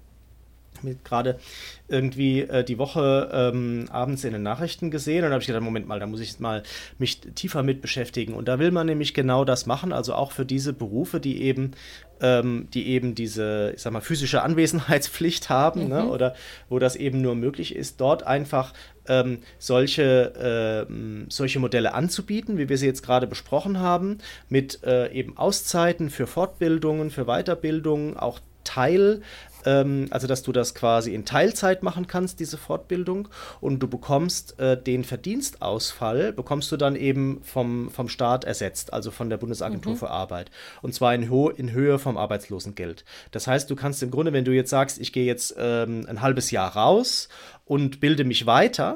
Gerade irgendwie äh, die Woche ähm, abends in den Nachrichten gesehen und da habe ich gedacht, Moment mal, da muss ich mal mich tiefer mit beschäftigen. Und da will man nämlich genau das machen, also auch für diese Berufe, die eben, ähm, die eben diese, ich sag mal, physische Anwesenheitspflicht haben, mhm. ne? Oder wo das eben nur möglich ist, dort einfach ähm, solche, äh, solche Modelle anzubieten, wie wir sie jetzt gerade besprochen haben, mit äh, eben Auszeiten für Fortbildungen, für Weiterbildungen, auch Teil, ähm, also dass du das quasi in Teilzeit machen kannst, diese Fortbildung, und du bekommst äh, den Verdienstausfall, bekommst du dann eben vom, vom Staat ersetzt, also von der Bundesagentur mhm. für Arbeit, und zwar in, Ho- in Höhe vom Arbeitslosengeld. Das heißt, du kannst im Grunde, wenn du jetzt sagst, ich gehe jetzt ähm, ein halbes Jahr raus und bilde mich weiter,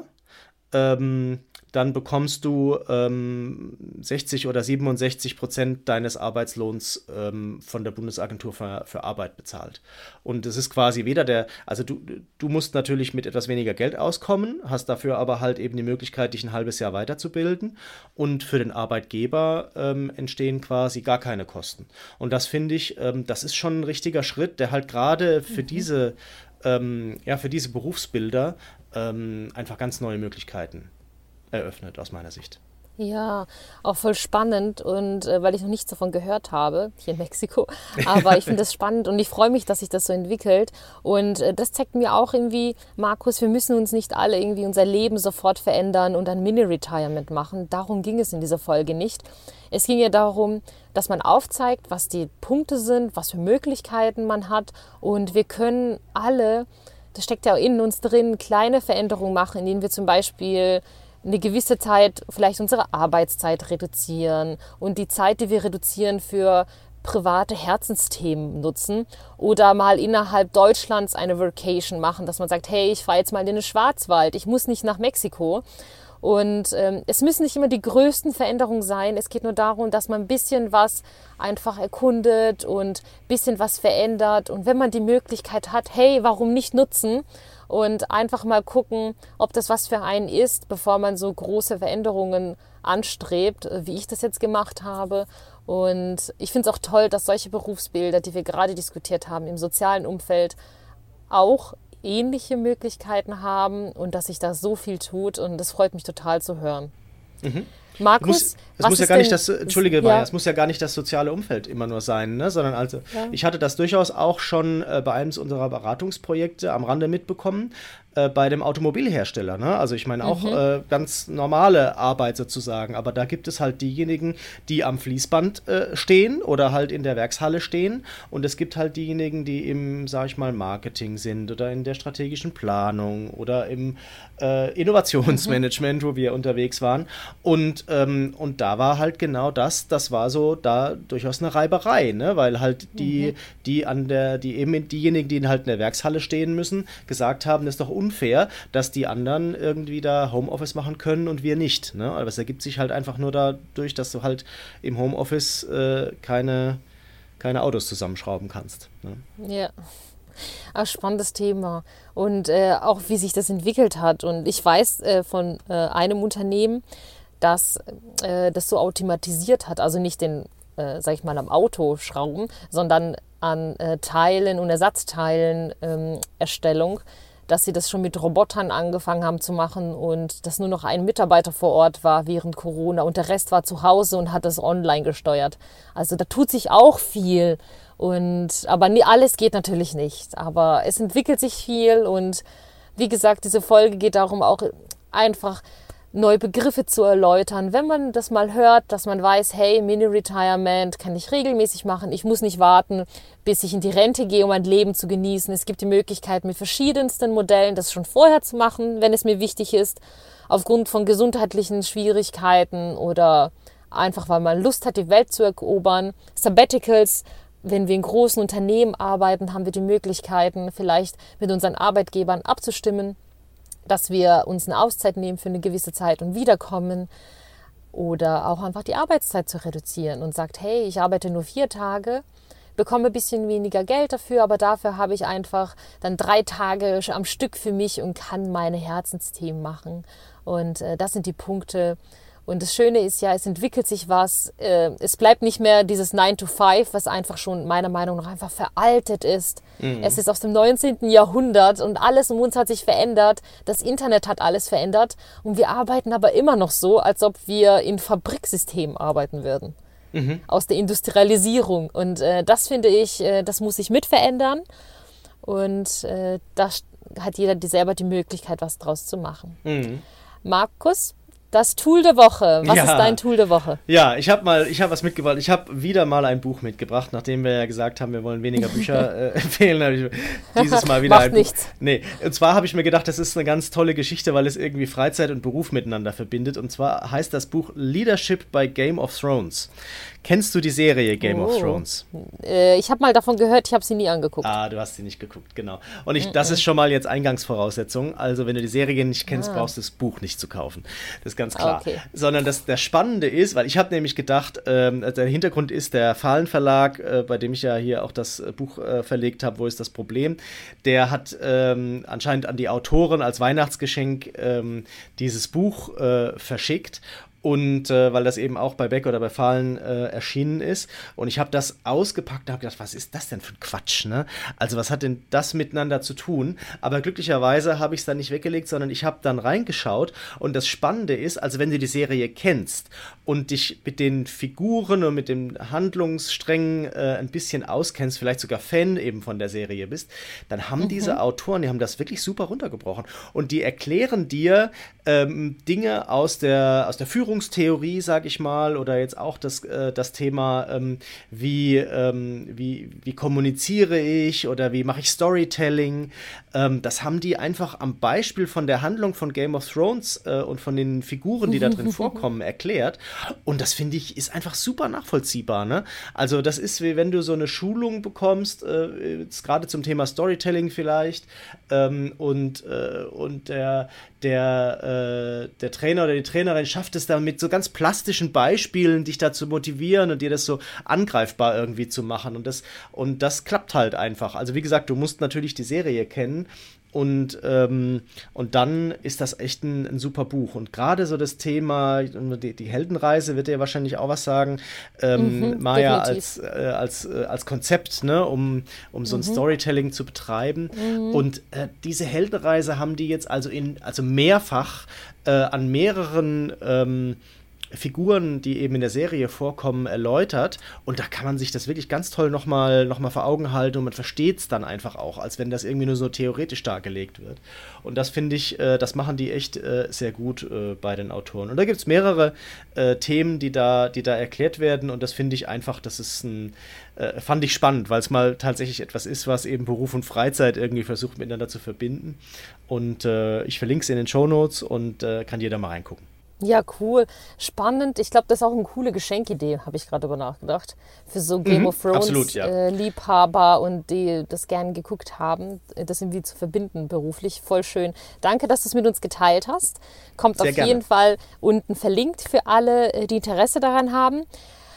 ähm, dann bekommst du ähm, sechzig oder siebenundsechzig Prozent deines Arbeitslohns ähm, von der Bundesagentur für, für Arbeit bezahlt. Und es ist quasi weder der, also du, du musst natürlich mit etwas weniger Geld auskommen, hast dafür aber halt eben die Möglichkeit, dich ein halbes Jahr weiterzubilden, und für den Arbeitgeber ähm, entstehen quasi gar keine Kosten. Und das finde ich, ähm, das ist schon ein richtiger Schritt, der halt gerade für mhm. diese, ähm, ja, für diese Berufsbilder ähm, einfach ganz neue Möglichkeiten eröffnet, aus meiner Sicht. Ja, auch voll spannend, und äh, weil ich noch nichts davon gehört habe, hier in Mexiko, aber ich finde das spannend und ich freue mich, dass sich das so entwickelt, und äh, das zeigt mir auch irgendwie, Markus, wir müssen uns nicht alle irgendwie unser Leben sofort verändern und ein Mini-Retirement machen. Darum ging es in dieser Folge nicht. Es ging ja darum, dass man aufzeigt, was die Punkte sind, was für Möglichkeiten man hat, und wir können alle, das steckt ja in uns drin, kleine Veränderungen machen, indem wir zum Beispiel eine gewisse Zeit vielleicht unsere Arbeitszeit reduzieren und die Zeit, die wir reduzieren, für private Herzensthemen nutzen, oder mal innerhalb Deutschlands eine Vacation machen, dass man sagt, hey, ich fahre jetzt mal in den Schwarzwald, ich muss nicht nach Mexiko. Und ähm, es müssen nicht immer die größten Veränderungen sein, es geht nur darum, dass man ein bisschen was einfach erkundet und ein bisschen was verändert, und wenn man die Möglichkeit hat, hey, warum nicht nutzen und einfach mal gucken, ob das was für einen ist, bevor man so große Veränderungen anstrebt, wie ich das jetzt gemacht habe. Und ich finde es auch toll, dass solche Berufsbilder, die wir gerade diskutiert haben, im sozialen Umfeld auch ähnliche Möglichkeiten haben und dass sich da so viel tut, und das freut mich total zu hören. Mhm. Markus, muss, es was muss ja ist gar denn, nicht das, Entschuldige, ja. Maja, es muss ja gar nicht das soziale Umfeld immer nur sein, ne? Sondern also, ja. ich hatte das durchaus auch schon äh, bei einem unserer Beratungsprojekte am Rande mitbekommen, äh, bei dem Automobilhersteller, ne? Also ich meine auch mhm. äh, ganz normale Arbeit sozusagen, aber da gibt es halt diejenigen, die am Fließband äh, stehen oder halt in der Werkshalle stehen, und es gibt halt diejenigen, die im, sag ich mal, Marketing sind oder in der strategischen Planung oder im äh, Innovationsmanagement, mhm. wo wir unterwegs waren, und Ähm, und da war halt genau das, das war so da durchaus eine Reiberei, ne? Weil halt die, mhm. die an der, die eben diejenigen, die halt in der Werkshalle stehen müssen, gesagt haben, das ist doch unfair, dass die anderen irgendwie da Homeoffice machen können und wir nicht, ne? Aber es ergibt sich halt einfach nur dadurch, dass du halt im Homeoffice äh, keine, keine Autos zusammenschrauben kannst, ne? Ja. Ein spannendes Thema, und äh, auch wie sich das entwickelt hat. Und ich weiß äh, von äh, einem Unternehmen, dass äh, das so automatisiert hat, also nicht den, äh, sag ich mal, am Auto schrauben, sondern an äh, Teilen und Ersatzteilen ähm, Erstellung, dass sie das schon mit Robotern angefangen haben zu machen und dass nur noch ein Mitarbeiter vor Ort war während Corona und der Rest war zu Hause und hat das online gesteuert. Also da tut sich auch viel, und, aber nie, alles geht natürlich nicht. Aber es entwickelt sich viel, und wie gesagt, diese Folge geht darum, auch einfach neue Begriffe zu erläutern. Wenn man das mal hört, dass man weiß, hey, Mini-Retirement kann ich regelmäßig machen. Ich muss nicht warten, bis ich in die Rente gehe, um mein Leben zu genießen. Es gibt die Möglichkeit, mit verschiedensten Modellen das schon vorher zu machen, wenn es mir wichtig ist, aufgrund von gesundheitlichen Schwierigkeiten oder einfach, weil man Lust hat, die Welt zu erobern. Sabbaticals, wenn wir in großen Unternehmen arbeiten, haben wir die Möglichkeiten, vielleicht mit unseren Arbeitgebern abzustimmen, dass wir uns eine Auszeit nehmen für eine gewisse Zeit und wiederkommen, oder auch einfach die Arbeitszeit zu reduzieren und sagt, hey, ich arbeite nur vier Tage, bekomme ein bisschen weniger Geld dafür, aber dafür habe ich einfach dann drei Tage am Stück für mich und kann meine Herzensthemen machen. Und äh, das sind die Punkte. Und das Schöne ist ja, es entwickelt sich was. Äh, es bleibt nicht mehr dieses nine to five, was einfach schon meiner Meinung nach einfach veraltet ist. Mhm. Es ist aus dem neunzehnten Jahrhundert und alles um uns hat sich verändert. Das Internet hat alles verändert und wir arbeiten aber immer noch so, als ob wir in Fabriksystemen arbeiten würden. Mhm. Aus der Industrialisierung. Und äh, das finde ich, äh, das muss sich mit verändern. Und äh, da hat jeder die, selber die Möglichkeit, was draus zu machen. Mhm. Markus, das Tool der Woche. Was ja. ist dein Tool der Woche? Ja, ich habe mal, ich habe was mitgebracht. Ich habe wieder mal ein Buch mitgebracht, nachdem wir ja gesagt haben, wir wollen weniger Bücher äh, empfehlen. Habe ich dieses Mal wieder Macht ein nichts. Buch. Nee, und zwar habe ich mir gedacht, das ist eine ganz tolle Geschichte, weil es irgendwie Freizeit und Beruf miteinander verbindet. Und zwar heißt das Buch Leadership bei Game of Thrones. Kennst du die Serie Game oh. of Thrones? Äh, ich habe mal davon gehört, ich habe sie nie angeguckt. Ah, du hast sie nicht geguckt, genau. Und ich, mm-mm. das ist schon mal jetzt Eingangsvoraussetzung. Also wenn du die Serie nicht kennst, ah. brauchst du das Buch nicht zu kaufen. Das ist ganz klar. Okay. Sondern das, das Spannende ist, weil ich habe nämlich gedacht, ähm, der Hintergrund ist der Fahlen Verlag, äh, bei dem ich ja hier auch das Buch äh, verlegt habe, Wo ist das Problem? Der hat ähm, anscheinend an die Autoren als Weihnachtsgeschenk ähm, dieses Buch äh, verschickt. Und äh, weil das eben auch bei Beck oder bei Fahlen äh, erschienen ist. Und ich habe das ausgepackt und habe gedacht, was ist das denn für ein Quatsch, ne? Also was hat denn das miteinander zu tun? Aber glücklicherweise habe ich es dann nicht weggelegt, sondern ich habe dann reingeschaut. Und das Spannende ist, also wenn du die Serie kennst und dich mit den Figuren und mit den Handlungssträngen äh, ein bisschen auskennst, vielleicht sogar Fan eben von der Serie bist, dann haben mhm. diese Autoren, die haben das wirklich super runtergebrochen. Und die erklären dir ähm, Dinge aus der, aus der Führung, Theorie, sag ich mal, oder jetzt auch das, äh, das Thema, ähm, wie, ähm, wie, wie kommuniziere ich oder wie mache ich Storytelling. Ähm, das haben die einfach am Beispiel von der Handlung von Game of Thrones äh, und von den Figuren, die da drin vorkommen, erklärt. Und das, finde ich, ist einfach super nachvollziehbar, ne? Also das ist, wie wenn du so eine Schulung bekommst, äh, gerade zum Thema Storytelling vielleicht, ähm, und, äh, und der, der, äh, der Trainer oder die Trainerin schafft es dann mit so ganz plastischen Beispielen, dich da zu motivieren und dir das so angreifbar irgendwie zu machen. Und das, und das klappt halt einfach. Also wie gesagt, du musst natürlich die Serie kennen. Und, ähm, und dann ist das echt ein, ein super Buch. Und gerade so das Thema, die, die Heldenreise wird dir wahrscheinlich auch was sagen, ähm, mhm, Maja, als, äh, als, äh, als Konzept, ne, um, um so ein mhm. Storytelling zu betreiben. Mhm. Und äh, diese Heldenreise haben die jetzt also, in, also mehrfach äh, an mehreren ähm, Figuren, die eben in der Serie vorkommen, erläutert. Und da kann man sich das wirklich ganz toll nochmal noch mal vor Augen halten und man versteht es dann einfach auch, als wenn das irgendwie nur so theoretisch dargelegt wird. Und das finde ich, äh, das machen die echt äh, sehr gut äh, bei den Autoren. Und da gibt es mehrere äh, Themen, die da, die da erklärt werden und das finde ich einfach, das ist ein, äh, fand ich spannend, weil es mal tatsächlich etwas ist, was eben Beruf und Freizeit irgendwie versucht miteinander zu verbinden. Und äh, ich verlinke es in den Shownotes und äh, kann jeder mal reingucken. Ja, cool. Spannend. Ich glaube, das ist auch eine coole Geschenkidee, habe ich gerade darüber nachgedacht. Für so Game mhm, of Thrones absolut, ja. äh, Liebhaber und die das gerne geguckt haben, das irgendwie zu verbinden beruflich. Voll schön. Danke, dass du es mit uns geteilt hast. Kommt Sehr auf gerne. jeden Fall unten verlinkt für alle, die Interesse daran haben.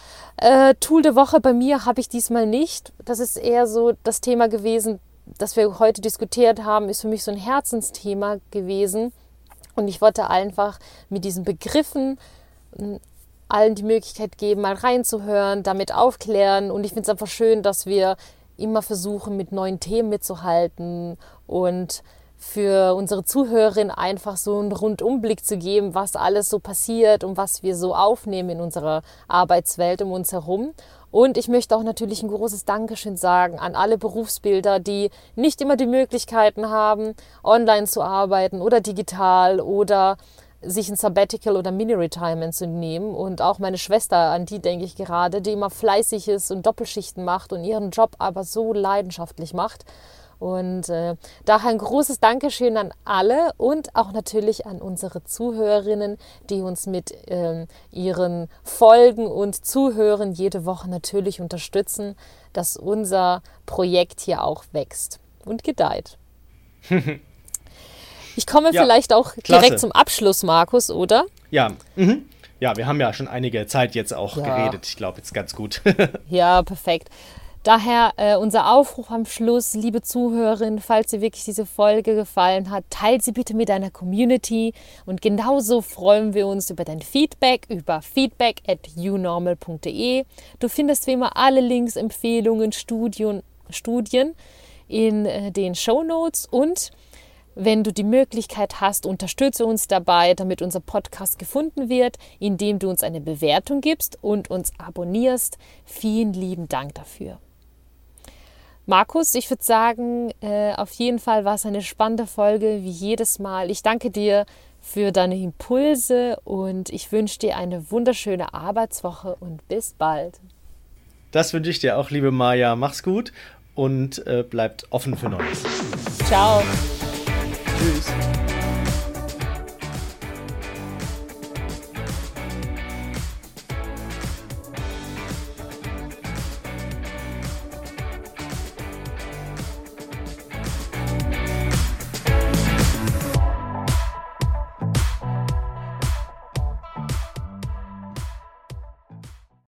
Äh, Tool der Woche bei mir habe ich diesmal nicht. Das ist eher so das Thema gewesen, das wir heute diskutiert haben, ist für mich so ein Herzensthema gewesen. Und ich wollte einfach mit diesen Begriffen allen die Möglichkeit geben, mal reinzuhören, damit aufklären. Und ich finde es einfach schön, dass wir immer versuchen, mit neuen Themen mitzuhalten und für unsere Zuhörerinnen einfach so einen Rundumblick zu geben, was alles so passiert und was wir so aufnehmen in unserer Arbeitswelt um uns herum. Und ich möchte auch natürlich ein großes Dankeschön sagen an alle Berufsbilder, die nicht immer die Möglichkeiten haben, online zu arbeiten oder digital oder sich ein Sabbatical oder Mini-Retirement zu nehmen. Und auch meine Schwester, an die denke ich gerade, die immer fleißig ist und Doppelschichten macht und ihren Job aber so leidenschaftlich macht. Und äh, daher ein großes Dankeschön an alle und auch natürlich an unsere Zuhörerinnen, die uns mit ähm, ihren Folgen und Zuhören jede Woche natürlich unterstützen, dass unser Projekt hier auch wächst und gedeiht. Ich komme ja, vielleicht auch klasse. direkt zum Abschluss, Markus, oder? Ja, mhm. ja, wir haben ja schon einige Zeit jetzt auch ja. geredet. Ich glaube, jetzt ganz gut. Ja, perfekt. Daher äh, unser Aufruf am Schluss, liebe Zuhörerinnen, falls dir wirklich diese Folge gefallen hat, teile sie bitte mit deiner Community und genauso freuen wir uns über dein Feedback über feedback at unormal punkt de. Du findest wie immer alle Links, Empfehlungen, Studien, Studien in äh, den Shownotes und wenn du die Möglichkeit hast, unterstütze uns dabei, damit unser Podcast gefunden wird, indem du uns eine Bewertung gibst und uns abonnierst. Vielen lieben Dank dafür. Markus, ich würde sagen, äh, auf jeden Fall war es eine spannende Folge, wie jedes Mal. Ich danke dir für deine Impulse und ich wünsche dir eine wunderschöne Arbeitswoche und bis bald. Das wünsche ich dir auch, liebe Maja. Mach's gut und äh, bleibt offen für Neues. Ciao. Tschüss.